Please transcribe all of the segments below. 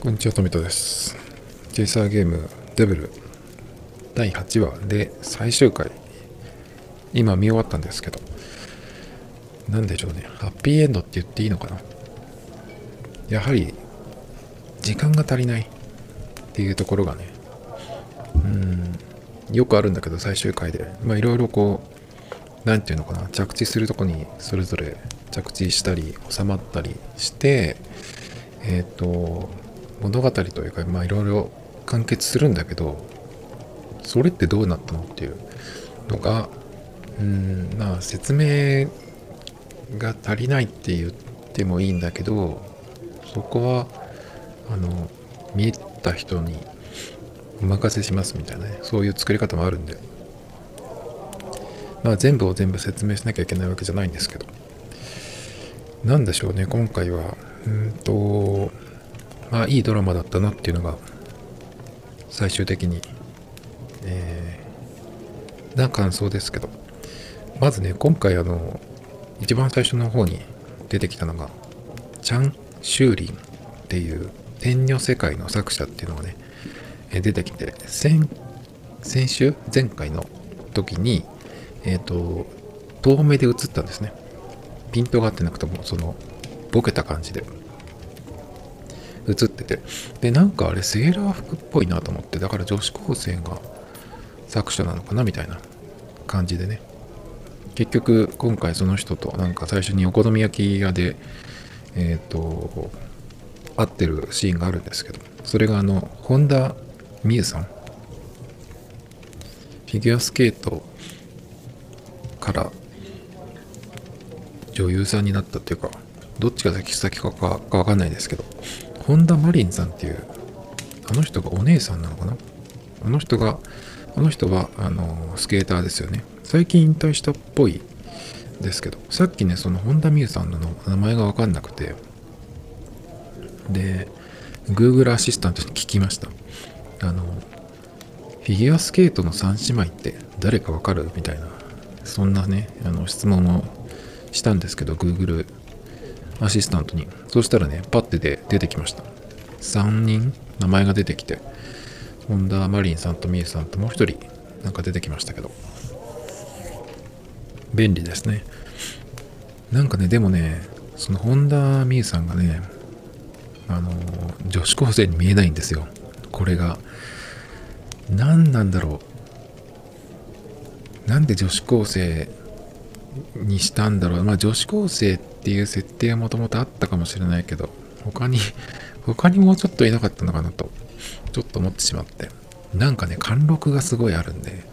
こんにちは、トミトです。チェイサーゲームデブル第8話で最終回、今見終わったんですけど、なんでしょうね、ハッピーエンドって言っていいのかな。やはり時間が足りないっていうところがね、よくあるんだけど、最終回でいろいろこう、なんていうのかな、着地するとこにそれぞれ着地したり収まったりして、物語というか、いろいろ完結するんだけど、それってどうなったのっていうのが、説明が足りないって言ってもいいんだけど、そこは見た人にお任せしますみたいなね、そういう作り方もあるんで、全部を全部説明しなきゃいけないわけじゃないんですけど、なんでしょうね、今回はいいドラマだったなっていうのが最終的に、な感想ですけど、まずね、今回一番最初の方に出てきたのがチャン・シューリンっていう天女世界の作者っていうのがね、出てきて、先週前回の時に遠目で映ったんですね。ピントが合ってなくてもそのボケた感じで映ってて、でなんかあれセーラー服っぽいなと思って、だから女子高生が作者なのかなみたいな感じでね、結局今回その人となんか最初にお好み焼き屋で会ってるシーンがあるんですけど、それが本田望結さん、フィギュアスケートから女優さんになったっていうか、どっちが先か分かんないですけど、本田真凜さんっていう、あの人がお姉さんなのかな。あの人はスケーターですよね。最近引退したっぽいですけど、さっきね、その本田望結さんの名前が分かんなくて、で Google アシスタントに聞きました。フィギュアスケートの三姉妹って誰か分かるみたいな、そんなね質問をしたんですけど、 Google アシスタントに。そうしたらね、パッてで出てきました。3人名前が出てきて、本田真凜さんとみゆさんともう一人なんか出てきましたけど、便利ですね。なんかね、でもね、その本田美優さんがね、女子高生に見えないんですよ。これが何なんだろう。なんで女子高生にしたんだろう。女子高生っていう設定はもともとあったかもしれないけど、他にもうちょっといなかったのかなとちょっと思ってしまって、なんかね、貫禄がすごいあるんで、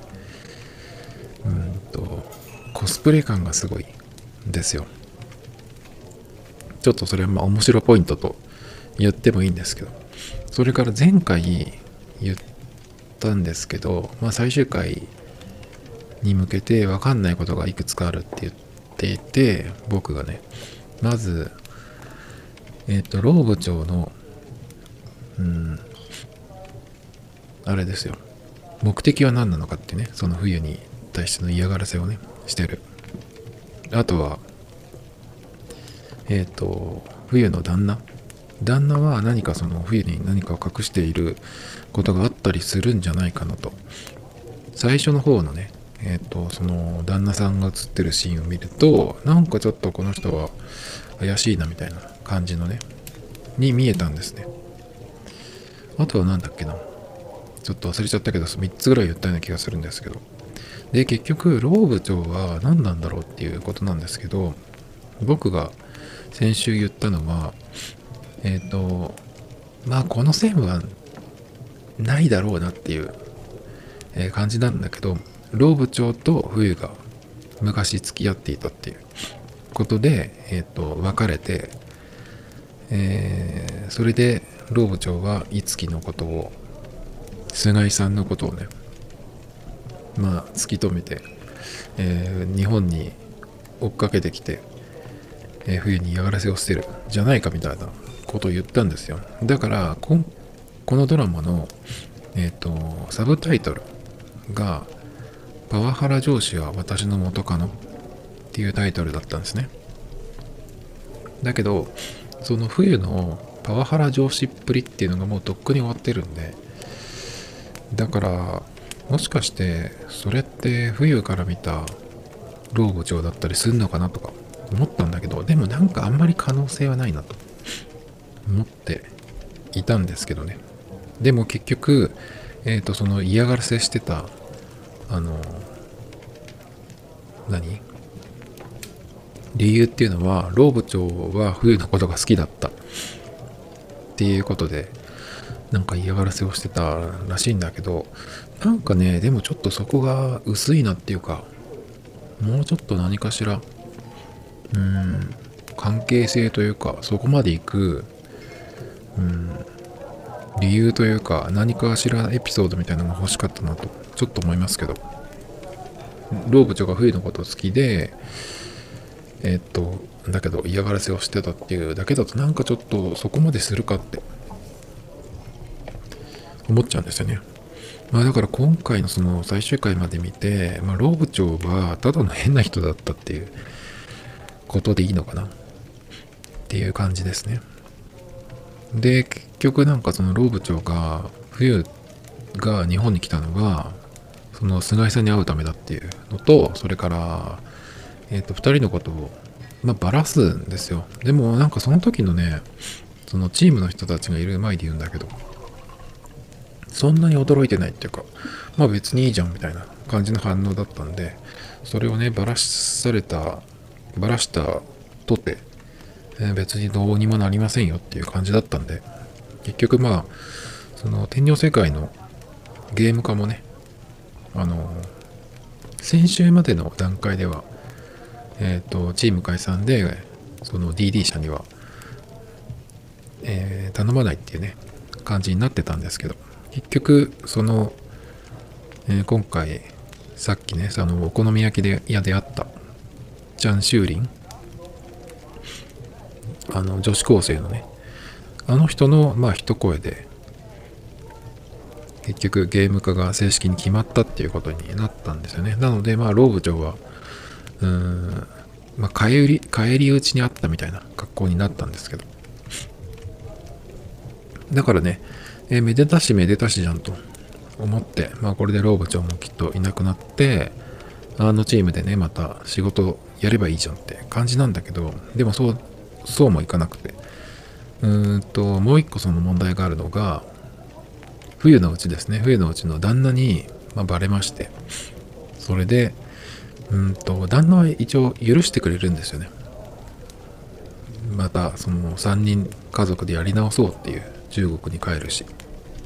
コスプレ感がすごいんですよ。ちょっとそれは面白ポイントと言ってもいいんですけど、それから前回言ったんですけど、最終回に向けて分かんないことがいくつかあるって言っていて、僕がね、まずロー部長のあれですよ、目的は何なのかってね、その冬に対しての嫌がらせをねしてる。あとは冬の旦那は何かその冬に何かを隠していることがあったりするんじゃないかなと。最初の方のね、その旦那さんが写ってるシーンを見ると、なんかちょっとこの人は怪しいなみたいな感じのねに見えたんですね。あとはなんだっけな、ちょっと忘れちゃったけど、3つぐらい言ったような気がするんですけど、で結局ロー部長は何なんだろうっていうことなんですけど、僕が先週言ったのは、この線はないだろうなっていう感じなんだけど、ロー部長と冬が昔付き合っていたっていうことで、別れて、それでロー部長は五木のことを、菅井さんのことをね、突き止めて、日本に追っかけてきて、冬に嫌がらせをしてるじゃないかみたいなことを言ったんですよ。だからこのドラマの、サブタイトルがパワハラ上司は私の元カノっていうタイトルだったんですね。だけどその冬のパワハラ上司っぷりっていうのがもうとっくに終わってるんで、だからもしかしてそれって冬から見た老部長だったりするのかなとか思ったんだけど、でもなんかあんまり可能性はないなと思っていたんですけどね。でも結局その嫌がらせしてた何理由っていうのは、老部長は冬のことが好きだったっていうことでなんか嫌がらせをしてたらしいんだけど、なんかね、でもちょっとそこが薄いなっていうか、もうちょっと何かしら関係性というか、そこまで行く理由というか、何かしらエピソードみたいなのが欲しかったなとちょっと思いますけど、老部長が冬のこと好きでだけど嫌がらせをしてたっていうだけだと、なんかちょっとそこまでするかって思っちゃうんですよね。まあだから今回のその最終回まで見て、老部長はただの変な人だったっていうことでいいのかなっていう感じですね。で、結局なんかその老部長が冬が日本に来たのがその菅井さんに会うためだっていうのと、それから二人のことをバラすんですよ。でもなんかその時のね、そのチームの人たちがいる前で言うんだけど、そんなに驚いてないっていうか、別にいいじゃんみたいな感じの反応だったんで、それをね、バラしたとて、別にどうにもなりませんよっていう感じだったんで、結局その天領世界のゲーム化もね、先週までの段階では、チーム解散で、その DD 社には、頼まないっていうね、感じになってたんですけど、結局、その、今回、さっきね、そのお好み焼き屋であった、チャン・シューリン、女子高生のね、あの人の、一声で、結局ゲーム化が正式に決まったっていうことになったんですよね。なので、老部長は、帰り討ちにあったみたいな格好になったんですけど。だからね、めでたしめでたしじゃんと思って、これで老部長もきっといなくなって、あのチームでね、また仕事やればいいじゃんって感じなんだけど、でもそうもいかなくて。もう一個その問題があるのが、冬のうちですね。冬のうちの旦那に、バレまして。それで、旦那は一応許してくれるんですよね。また、その3人家族でやり直そうっていう、中国に帰るし。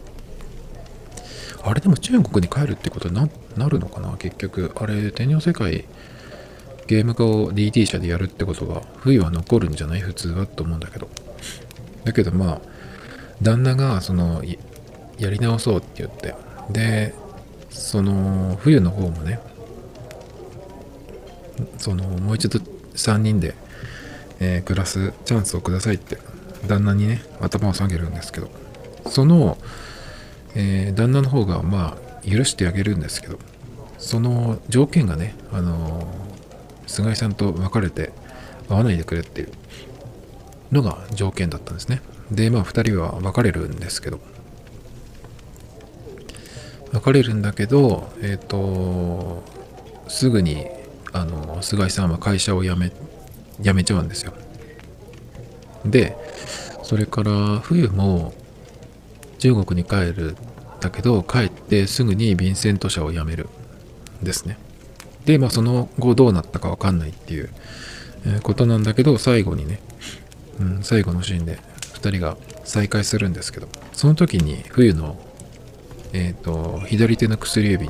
あれでも中国に帰るってことになるのかな結局。あれ、天領世界、ゲーム化を DT 社でやるってことは、冬は残るんじゃない普通はと思うんだけど。だけど旦那が、やり直そうって言って。で、その、冬の方もね、もう一度3人で、暮らすチャンスをくださいって旦那にね頭を下げるんですけど、その、旦那の方が許してあげるんですけど、その条件がね菅井さんと別れて会わないでくれっていうのが条件だったんですね。で2人は別れるんですけど、すぐに菅井さんは会社を辞めちゃうんですよ。で、それから冬も中国に帰るんだけど、帰ってすぐにヴィンセント社を辞めるんですね。で、その後どうなったかわかんないっていうことなんだけど、最後にね、最後のシーンで2人が再会するんですけど、その時に冬の左手の薬指に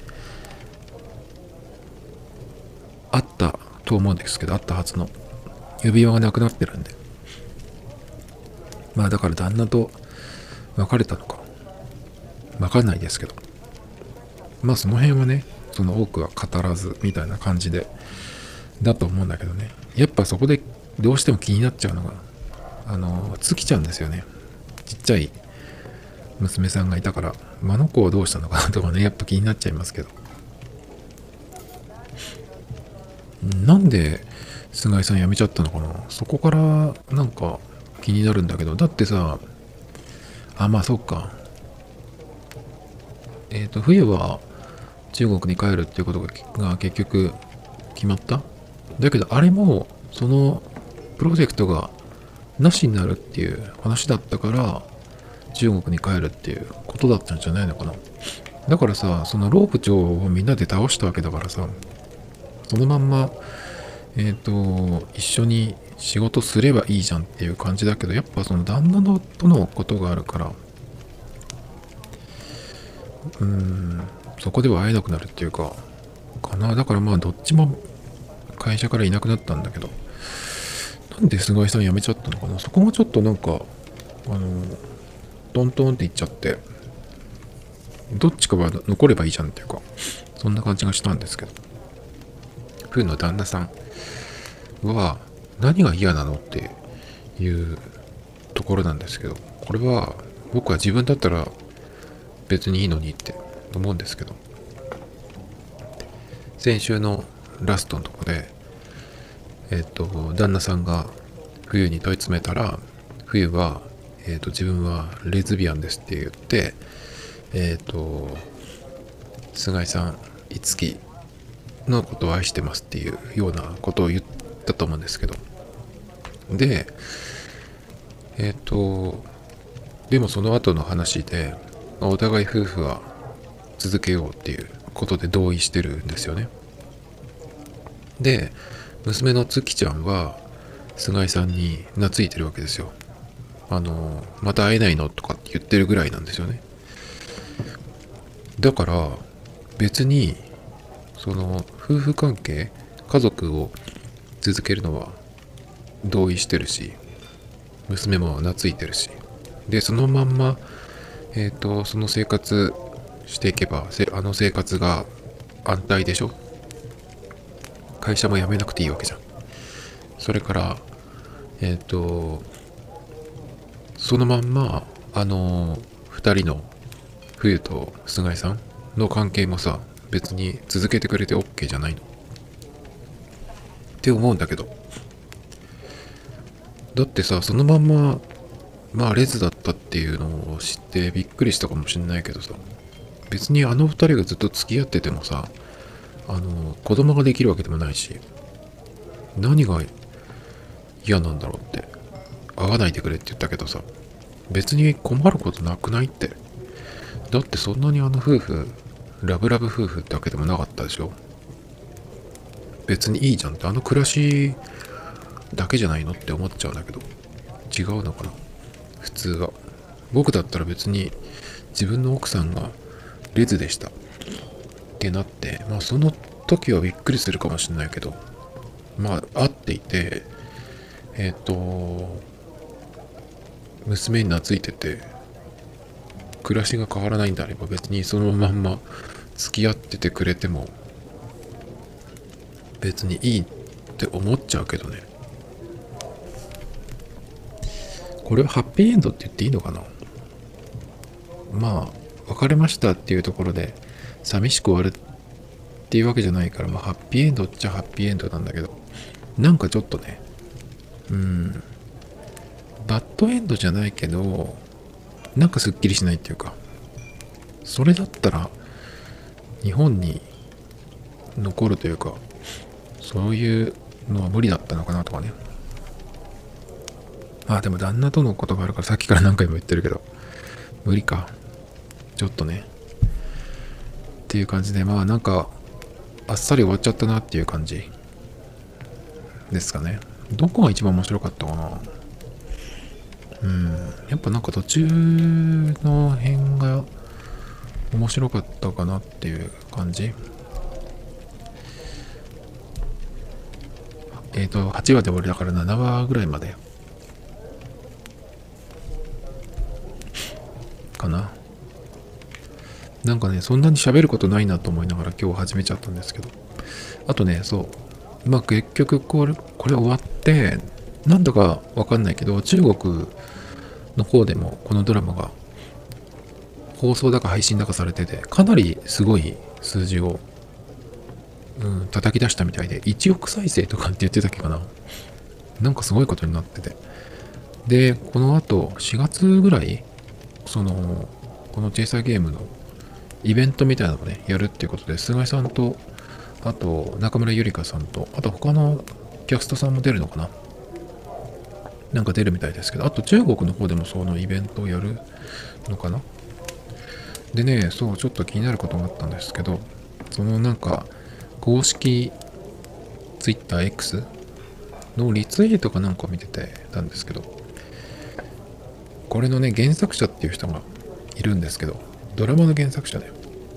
あったと思うんですけど、あったはずの指輪がなくなってるんで、だから旦那と別れたのかわかんないですけど、その辺はね、その多くは語らずみたいな感じでだと思うんだけどね。やっぱそこでどうしても気になっちゃうのが尽きちゃうんですよね。ちっちゃい娘さんがいたから、あの子はどうしたのかなとかね、やっぱ気になっちゃいますけど、なんで菅井さん辞めちゃったのかな。そこからなんか気になるんだけど、だってさ、まあそっか。冬は中国に帰るっていうことが結局決まった。だけどあれも、そのプロジェクトがなしになるっていう話だったから、中国に帰るっていうことだったんじゃないのかな。だからさ、そのロープ長をみんなで倒したわけだからさ、そのまんま、一緒に仕事すればいいじゃんっていう感じだけど、やっぱその旦那のとのことがあるから、そこでは会えなくなるっていうか、かな。だからまあ、どっちも会社からいなくなったんだけど、なんで菅井さん辞めちゃったのかな。そこもちょっとなんか、トントンって言っちゃって、どっちかは残ればいいじゃんっていうか、そんな感じがしたんですけど、冬の旦那さんは何が嫌なのっていうところなんですけど、これは僕は自分だったら別にいいのにって思うんですけど、先週のラストのとこで、旦那さんが冬に問い詰めたら、冬は、自分はレズビアンですって言って、菅井さん、いつきのことを愛してますっていうようなことを言ったと思うんですけど、で、でもその後の話で、お互い夫婦は続けようっていうことで同意してるんですよね。で、娘の月ちゃんは菅井さんに懐いてるわけですよ。また会えないのとかって言ってるぐらいなんですよね。だから別にその夫婦関係、家族を続けるのは同意してるし、娘も懐いてるし、でそのまんまその生活していけば、あの生活が安泰でしょ。会社も辞めなくていいわけじゃん。それからそのまんま2人の冬と菅井さんの関係もさ、別に続けてくれて OK じゃないのって思うんだけど、だってさ、そのまんままあレズだったっていうのを知ってびっくりしたかもしれないけどさ、別にあの2人がずっと付き合っててもさ、子供ができるわけでもないし、何が嫌なんだろうって。会わないでくれって言ったけどさ、別に困ることなくないって。だってそんなにあの夫婦ラブラブ夫婦ってわけでもなかったでしょ。別にいいじゃんって、あの暮らしだけじゃないのって思っちゃうんだけど、違うのかな普通は。僕だったら別に自分の奥さんがレズでしたってなって、まあその時はびっくりするかもしれないけど、まあ会っていて、娘に懐いてて暮らしが変わらないんであれば、別にそのまんま付き合っててくれても別にいいって思っちゃうけどね。これはハッピーエンドって言っていいのかな。まあ別れましたっていうところで寂しく終わるっていうわけじゃないから、まあハッピーエンドっちゃハッピーエンドなんだけど、なんかちょっとね、バッドエンドじゃないけど、なんかすっきりしないっていうか、それだったら日本に残るというか、そういうのは無理だったのかなとかね。でも旦那とのことがあるから、さっきから何回も言ってるけど、無理か。ちょっとね。っていう感じで、まあなんか、あっさり終わっちゃったなっていう感じですかね。どこが一番面白かったかな。やっぱなんか途中の辺が面白かったかなっていう感じ。8話で終わりだから7話ぐらいまでかな。なんかね、そんなに喋ることないなと思いながら今日始めちゃったんですけど。あとね、そう。まあ結局これ終わって、なんだかわかんないけど、中国の方でもこのドラマが放送だか配信だかされてて、かなりすごい数字を、叩き出したみたいで、1億再生とかって言ってたっけかな。なんかすごいことになってて。 で、この後、4月ぐらい、このチェイサーゲームのイベントみたいなのをね、やるっていうことで、菅井さんと、あと中村ゆりかさんと、あと他のキャストさんも出るのかな、なんか出るみたいですけど、あと中国の方でもそのイベントをやるのかな。でね、そう、ちょっと気になることがあったんですけど、そのなんか、公式 TwitterX のリツイートかなんかを見ててたんですけど、これのね、原作者っていう人がいるんですけど、ドラマの原作者だよ。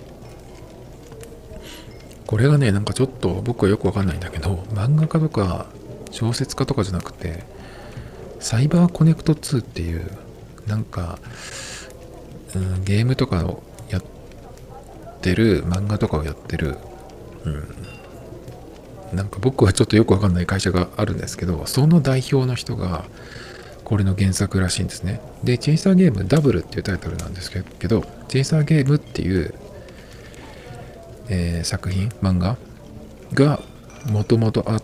これがね、なんかちょっと僕はよくわかんないんだけど、漫画家とか小説家とかじゃなくて、サイバーコネクト2っていう、なんか、ゲームとかをやってる、漫画とかをやってる、なんか僕はちょっとよくわかんない会社があるんですけど、その代表の人が、これの原作らしいんですね。で、チェイサーゲームダブルっていうタイトルなんですけど、チェイサーゲームっていう、作品、漫画がもともとあって、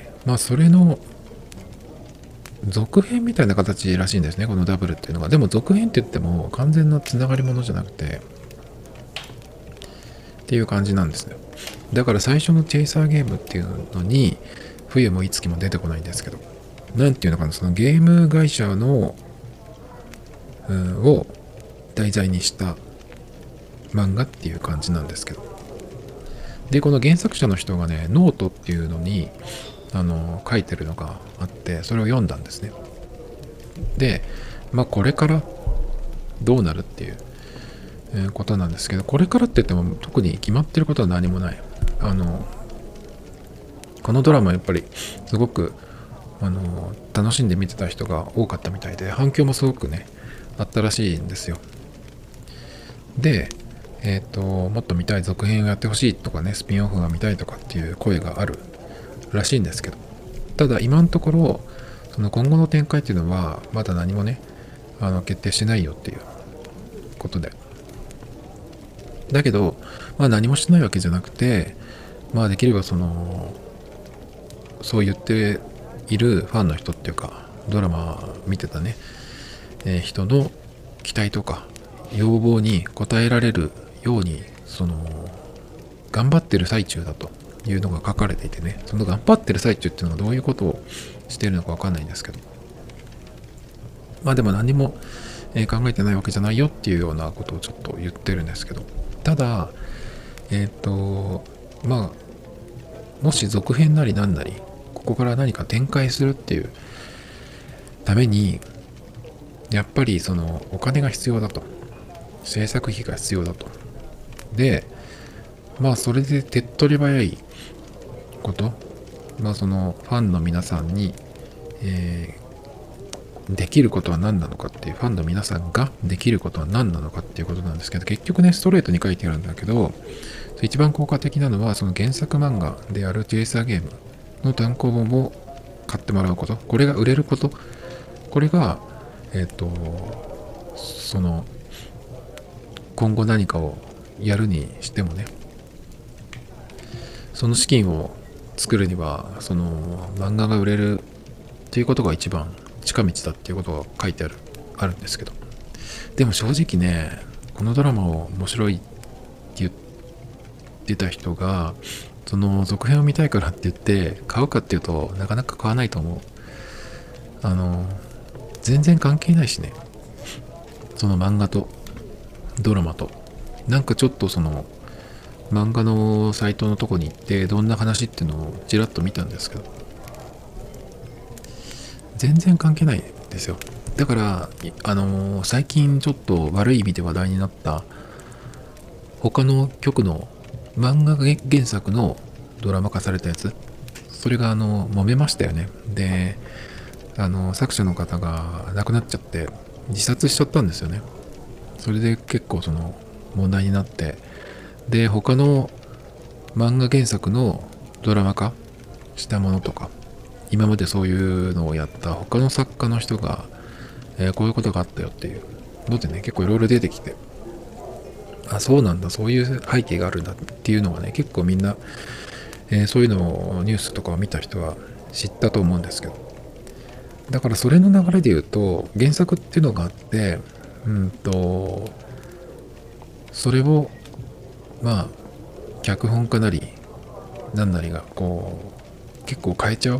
まあそれの続編みたいな形らしいんですね、このダブルっていうのが。でも続編って言っても完全なつながりものじゃなくて、っていう感じなんですよ。だから最初のチェイサーゲームっていうのに、冬もいつきも出てこないんですけど、なんていうのかな、そのゲーム会社の、を題材にした漫画っていう感じなんですけど。で、この原作者の人がね、ノートっていうのに、書いてるのがあって、それを読んだんですね。で、まあこれからどうなるっていうことなんですけど、これからって言っても特に決まってることは何もない。このドラマやっぱりすごく楽しんで見てた人が多かったみたいで、反響もすごくねあったらしいんですよ。で、もっと見たい、続編をやってほしいとかね、スピンオフが見たいとかっていう声があるらしいんですけど、ただ今のところその今後の展開っていうのはまだ何もね決定してないよっていうことで、だけどまあ何もしてないわけじゃなくて、まあできればそう言っているファンの人っていうか、ドラマ見てたね、人の期待とか要望に応えられるように頑張ってる最中だというのが書かれていてね、その頑張ってる最中っていうのがどういうことをしているのかわかんないんですけど、まあでも何も考えてないわけじゃないよっていうようなことをちょっと言ってるんですけど、ただまあもし続編なりなんなりここから何か展開するっていうためにやっぱりお金が必要だと、制作費が必要だと。で、まあそれで手っ取り早いこと、まあファンの皆さんに、できることは何なのかっていう、ファンの皆さんができることは何なのかっていうことなんですけど、結局ねストレートに書いてあるんだけど、一番効果的なのはその原作漫画であるチェイサーゲームの単行本を買ってもらうこと、これが売れること、これが今後何かをやるにしてもね、その資金を作るには漫画が売れるっていうことが一番近道だっていうことが書いてあるんですけど、でも正直ね、このドラマを面白いって言ってた人がその続編を見たいからって言って買うかっていうとなかなか買わないと思う。全然関係ないしね、その漫画とドラマと。なんかちょっと漫画のサイトのとこに行ってどんな話っていうのをちらっと見たんですけど、全然関係ないですよ。だから最近ちょっと悪い意味で話題になった他の局の漫画原作のドラマ化されたやつ、それが揉めましたよね。で、作者の方が亡くなっちゃって自殺しちゃったんですよね。それで結構問題になって、で他の漫画原作のドラマ化したものとか、今までそういうのをやった他の作家の人が、こういうことがあったよっていうのでね、結構いろいろ出てきて、あ、そうなんだ、そういう背景があるんだっていうのがね、結構みんな、そういうのをニュースとかを見た人は知ったと思うんですけど、 だからそれの流れで言うと、原作っていうのがあって、うんと、それを、まあ、脚本家なり、なんなりが、結構変えちゃう。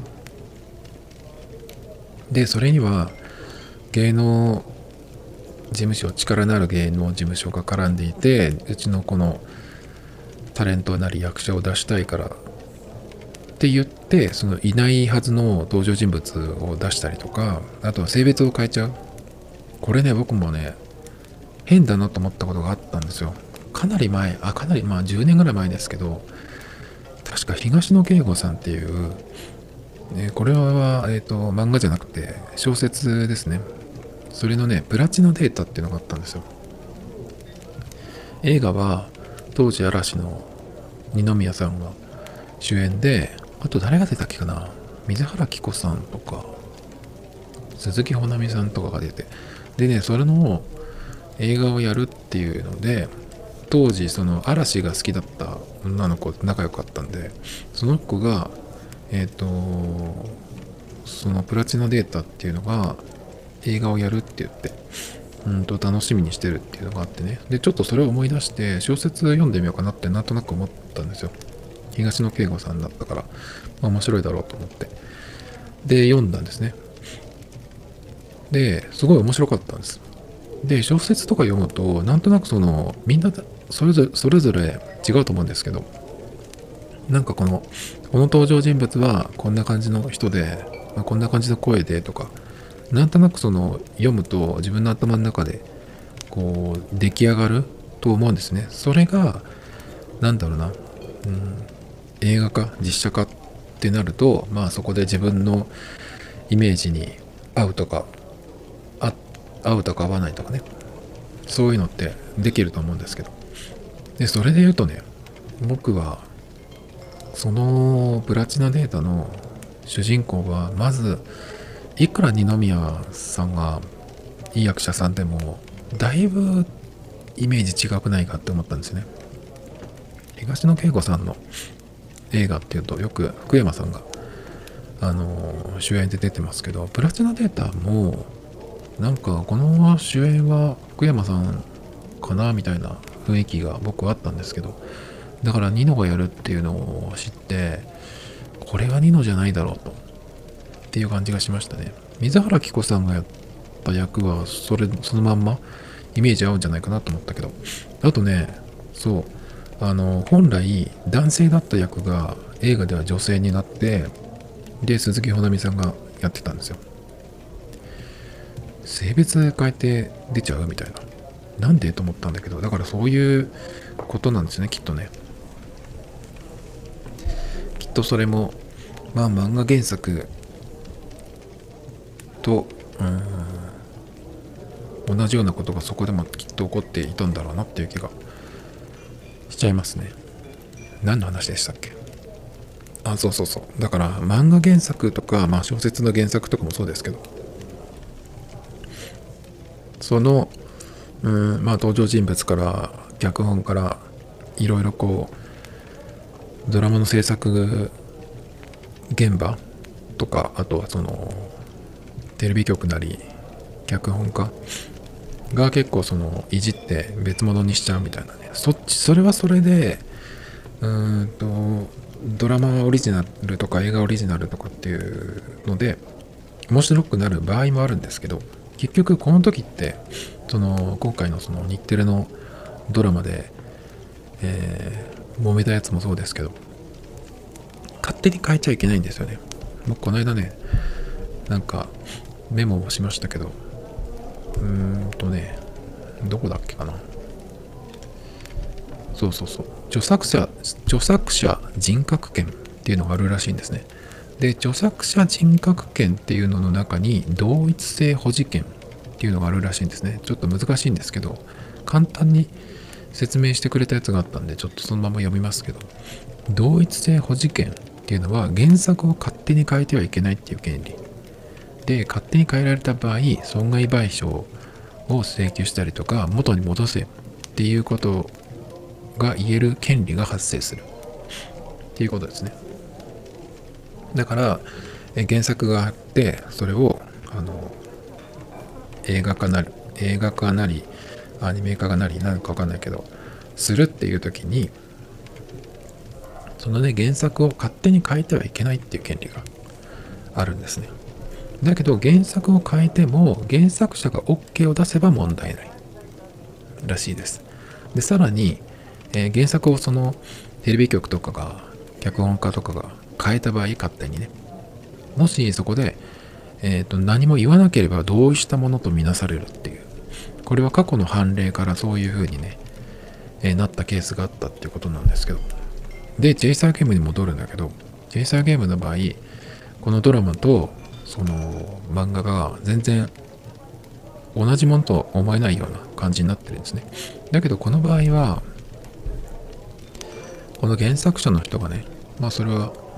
で、それには、芸能事務所、力のある芸能事務所が絡んでいて、うちのこのタレントなり役者を出したいからって言って、そのいないはずの登場人物を出したりとか、あとは性別を変えちゃう。これね、僕もね、変だなと思ったことがあったんですよ。かなり前、かなり、10年ぐらい前ですけど、確か東野圭吾さんっていう、これは、漫画じゃなくて小説ですね。それのね、プラチナデータっていうのがあったんですよ。映画は、当時嵐の二宮さんが主演で、あと誰が出たっけかな、水原希子さんとか、鈴木保奈美さんとかが出て、でね、それの映画をやるっていうので、当時その嵐が好きだった女の子と仲良かったんで、その子がそのプラチナデータっていうのが映画をやるって言って、楽しみにしてるっていうのがあってね。で、ちょっとそれを思い出して小説読んでみようかなってなんとなく思ったんですよ。東野圭吾さんだったから、面白いだろうと思って。で、読んだんですね。で、すごい面白かったんです。で、小説とか読むと、なんとなくみんなそれぞれ違うと思うんですけど、なんかこの登場人物はこんな感じの人で、こんな感じの声でとか、なんとなく読むと自分の頭の中で出来上がると思うんですね。それが、なんだろうな、映画化、実写化ってなると、そこで自分のイメージに合うとか、合うとか合わないとかね、そういうのってできると思うんですけど。で、それで言うとね、僕は、そのプラチナデータの主人公は、まず、いくら二宮さんがいい役者さんでも、だいぶイメージ違くないかって思ったんですよね。東野圭吾さんの映画っていうと、よく福山さんが、主演で出てますけど、プラチナデータも、なんかこの主演は福山さんかなみたいな雰囲気が僕はあったんですけど、だからニノがやるっていうのを知って、これはニノじゃないだろうとっていう感じがしましたね。水原希子さんがやった役はそのまんまイメージ合うんじゃないかなと思ったけど、あとね、そう本来男性だった役が映画では女性になって、で鈴木保奈美さんがやってたんですよ。性別変えて出ちゃうみたいな、なんでと思ったんだけど、だからそういうことなんですね、きっとね。きっとそれも漫画原作と同じようなことがそこでもきっと起こっていたんだろうなっていう気がしちゃいますね。何の話でしたっけ。そうそうそう。だから漫画原作とか、小説の原作とかもそうですけど、その登場人物から脚本からいろいろドラマの制作現場とか、あとはテレビ局なり脚本家が結構いじって別物にしちゃうみたいなね。それはそれでドラマオリジナルとか映画オリジナルとかっていうので面白くなる場合もあるんですけど、結局この時って今回の日テレのドラマで、揉めたやつもそうですけど、勝手に変えちゃいけないんですよね。僕この間ね、なんかメモをしましたけど、どこだっけかな。そうそうそう。著作者人格権っていうのがあるらしいんですね。で、著作者人格権っていうのの中に同一性保持権っていうのがあるらしいんですね。ちょっと難しいんですけど、簡単に説明してくれたやつがあったんで、ちょっとそのまま読みますけど、同一性保持権っていうのは原作を勝手に変えてはいけないっていう権利で、勝手に変えられた場合、損害賠償を請求したりとか、元に戻せっていうことが言える権利が発生するっていうことですね。だから原作があって、それを映画化なりアニメ化がなりなんかわかんないけどするっていう時に、そのね原作を勝手に変えてはいけないっていう権利があるんですね。だけど原作を変えても原作者が OK を出せば問題ないらしいです。でさらに、原作をそのテレビ局とかが脚本家とかが変えた場合、勝手にね、もしそこで、何も言わなければ同意したものとみなされるっていう、これは過去の判例からそういう風にね、なったケースがあったっていうことなんですけど、でジェイサーゲームに戻るんだけど、ジェイサーゲームの場合このドラマとその漫画が全然同じものと思えないような感じになってるんですね。だけどこの場合はこの原作者の人がね、まあそれ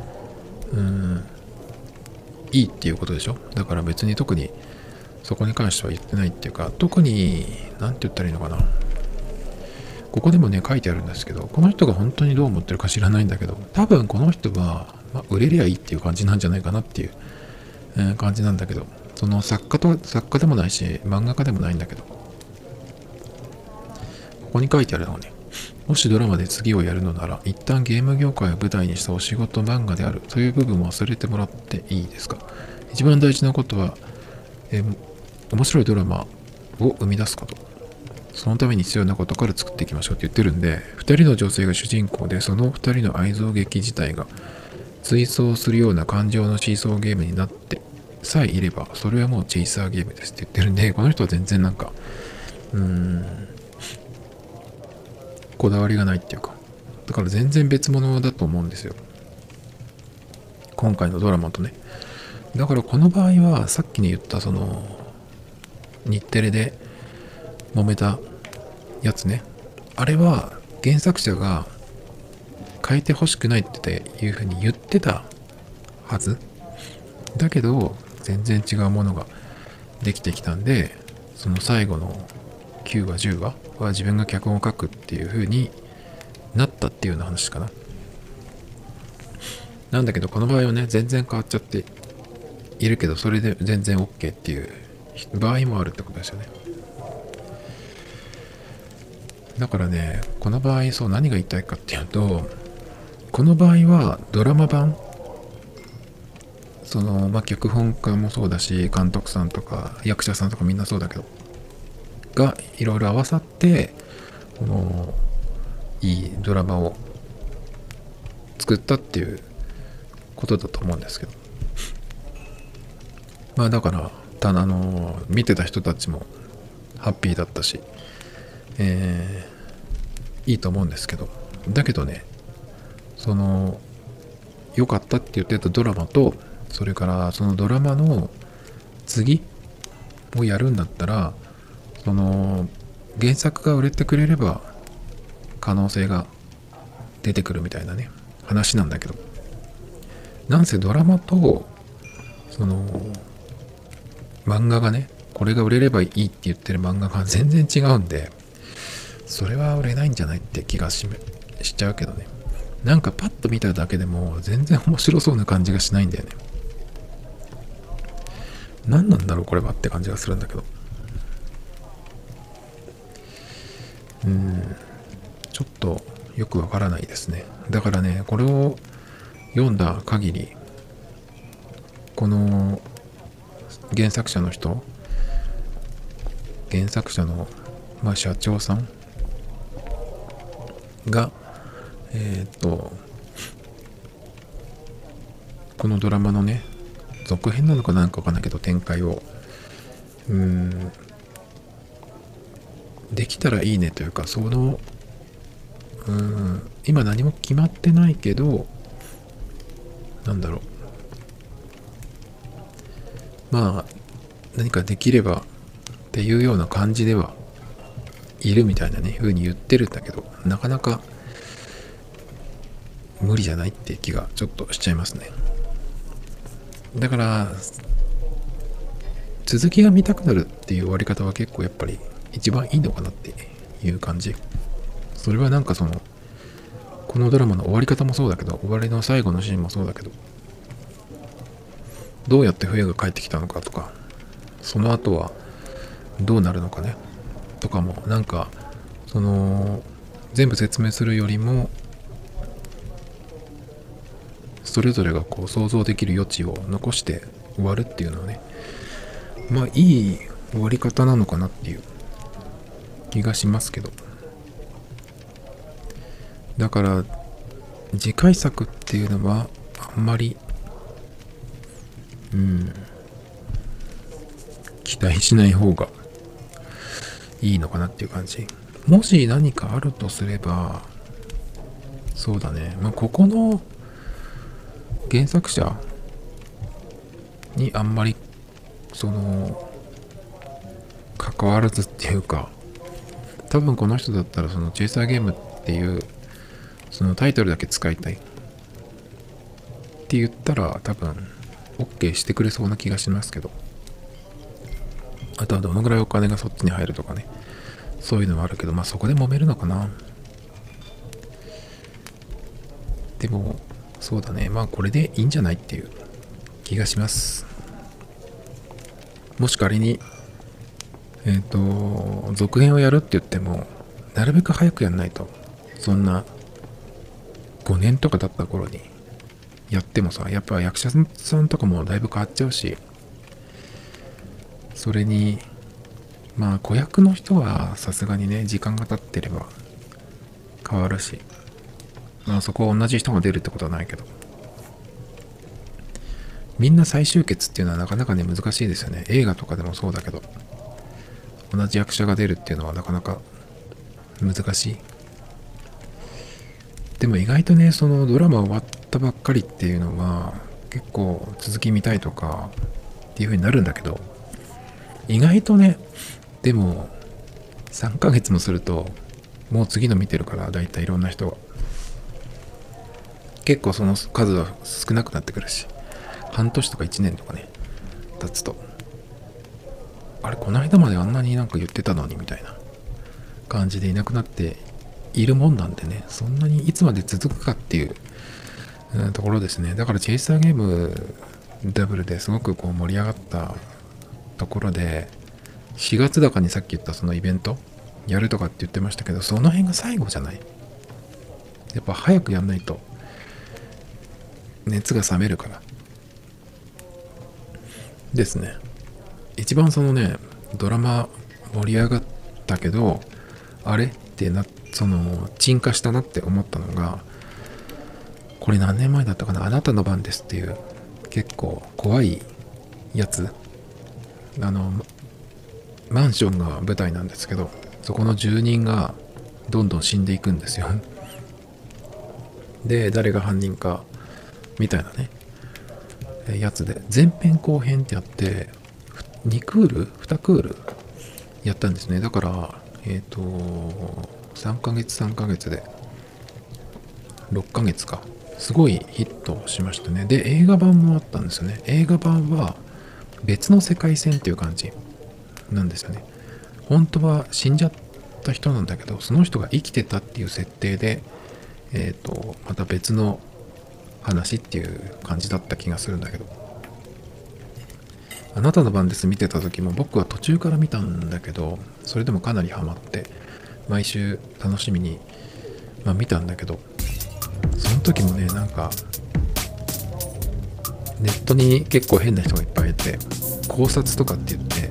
はいいっていうことでしょ。だから別に特にそこに関しては言ってないっていうか、特に何て言ったらいいのかな、ここでもね書いてあるんですけど、この人が本当にどう思ってるか知らないんだけど、多分この人は、売れりゃいいっていう感じなんじゃないかなっていう、感じなんだけど、その作家でもないし漫画家でもないんだけど、ここに書いてあるのはね、もしドラマで次をやるのなら一旦ゲーム業界を舞台にしたお仕事漫画であるという部分を忘れてもらっていいですか。一番大事なことは、面白いドラマを生み出すこと、そのために必要なことから作っていきましょうって言ってるんで、2人の女性が主人公で、その2人の愛憎劇自体が追走するような感情のシーソーゲームになってさえいれば、それはもうチェイサーゲームですって言ってるんで、この人は全然なんかこだわりがないっていうか、だから全然別物だと思うんですよ、今回のドラマとね。だからこの場合はさっきに言ったその日テレで揉めたやつね、あれは原作者が変えてほしくないっていうふうに言ってたはずだけど、全然違うものができてきたんで、その最後の9話10話は自分が脚本を書くっていう風になったっていうような話かな。なんだけどこの場合はね全然変わっちゃっているけど、それで全然 OK っていう場合もあるってことですよね。だからね、この場合そう何が言いたいかっていうと、この場合はドラマ版、その脚本家もそうだし監督さんとか役者さんとかみんなそうだけどがいろいろ合わさってこのいいドラマを作ったっていうことだと思うんですけど、だから見てた人たちもハッピーだったし、いいと思うんですけど、だけどね、その良かったって言ってたドラマと、それからそのドラマの次をやるんだったら、その原作が売れてくれれば可能性が出てくるみたいなね話なんだけど、なんせドラマとその漫画がね、これが売れればいいって言ってる漫画が全然違うんで、それは売れないんじゃないって気がしちゃうけどね。なんかパッと見ただけでも全然面白そうな感じがしないんだよね。何なんだろうこれはって感じがするんだけど、ちょっとよくわからないですね。だからね、これを読んだ限り、この原作者の社長さんがこのドラマのね続編なのかなんかわかんないけど展開をできたらいいねというか、その今何も決まってないけど、なんだろう、何かできればっていうような感じではいるみたいなね風に言ってるんだけど、なかなか無理じゃないって気がちょっとしちゃいますね。だから続きが見たくなるっていう終わり方は結構やっぱり一番いいのかなっていう感じ。それはなんかこのドラマの終わり方もそうだけど、終わりの最後のシーンもそうだけど、どうやって冬が帰ってきたのかとか、 その後はどうなるのかねとかも、なんかその全部説明するよりもそれぞれがこう想像できる余地を残して終わるっていうのはね、まあいい終わり方なのかなっていう気がしますけど。だから次回作っていうのはあんまり期待しない方がいいのかなっていう感じ。もし何かあるとすれば、そうだね、まあ、ここの原作者にあんまりその関わらずっていうか、多分この人だったらそのチェイサーゲームっていうそのタイトルだけ使いたいって言ったら多分 OK してくれそうな気がしますけど、あとはどのぐらいお金がそっちに入るとかね、そういうのはあるけど、まあそこで揉めるのかな。でもそうだね、まあこれでいいんじゃないっていう気がします。もし仮に続編をやるって言ってもなるべく早くやんないと、そんな5年とか経った頃にやってもさ、やっぱ役者さんとかもだいぶ変わっちゃうし、それにまあ子役の人はさすがにね時間が経ってれば変わるし、まあそこは同じ人が出るってことはないけど、みんな再集結っていうのはなかなかね難しいですよね。映画とかでもそうだけど、同じ役者が出るっていうのはなかなか難しい。でも意外とね、そのドラマ終わったばっかりっていうのは結構続き見たいとかっていう風になるんだけど、意外とね、でも3ヶ月もするともう次の見てるから、だいたいいろんな人が結構その数は少なくなってくるし、半年とか1年とかね経つと、あれこの間まであんなになんか言ってたのにみたいな感じでいなくなっているもんなんでね、そんなにいつまで続くかっていう、ところですね。だからチェイサーゲームダブルですごくこう盛り上がったところで、4月高にさっき言ったそのイベントやるとかって言ってましたけど、その辺が最後じゃない。やっぱ早くやんないと熱が冷めるからですね。一番そのねドラマ盛り上がったけど、あれってその沈下したなって思ったのが、これ何年前だったかな、あなたの番ですっていう結構怖いやつ、マンションが舞台なんですけど、そこの住人がどんどん死んでいくんですよ。で誰が犯人かみたいなねやつで、前編後編ってやって2クール2クールやったんですね。だから3ヶ月3ヶ月で6ヶ月か、すごいヒットしましたね。で映画版もあったんですよね。映画版は別の世界線っていう感じなんですよね。本当は死んじゃった人なんだけど、その人が生きてたっていう設定でまた別の話っていう感じだった気がするんだけど、あなたの番です見てた時も僕は途中から見たんだけど、それでもかなりハマって毎週楽しみに、見たんだけど、その時もねなんかネットに結構変な人がいっぱいいて、考察とかって言って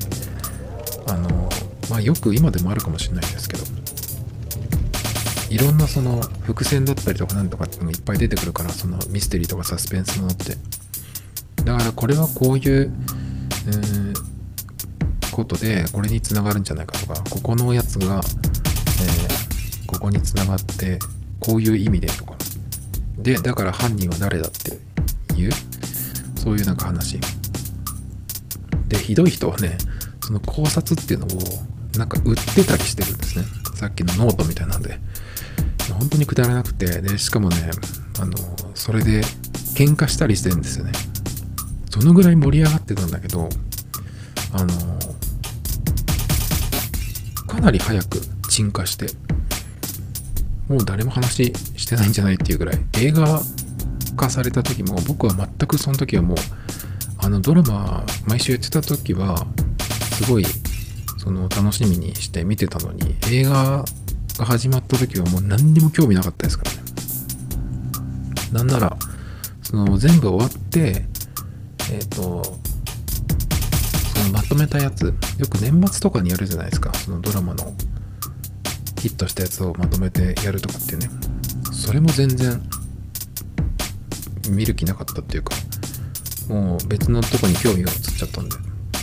よく今でもあるかもしれないですけど、いろんなその伏線だったりとかなんとかっていうのがいっぱい出てくるから、そのミステリーとかサスペンスものって、だからこれはこういうことでこれにつながるんじゃないかとか、ここのやつが、ここにつながってこういう意味でとかで、だから犯人は誰だっていう、そういうなんか話で、ひどい人はねその考察っていうのをなんか売ってたりしてるんですね。さっきのノートみたいなんで本当にくだらなくて、でしかもねそれで喧嘩したりしてるんですよね。そのぐらい盛り上がってたんだけど、かなり早く沈下して、もう誰も話してないんじゃないっていうぐらい、映画化された時も僕は全くその時はもうドラマ毎週やってた時はすごいその楽しみにして見てたのに、映画が始まった時はもう何にも興味なかったですからね。なんならその全部終わってそのまとめたやつ、よく年末とかにやるじゃないですか、そのドラマのヒットしたやつをまとめてやるとかっていうね。それも全然見る気なかったっていうか、もう別のとこに興味が移っちゃったんで、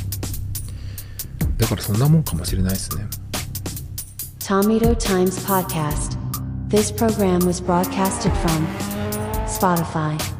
だからそんなもんかもしれないですね。 Tomito Times Podcast. This program was broadcasted from Spotify.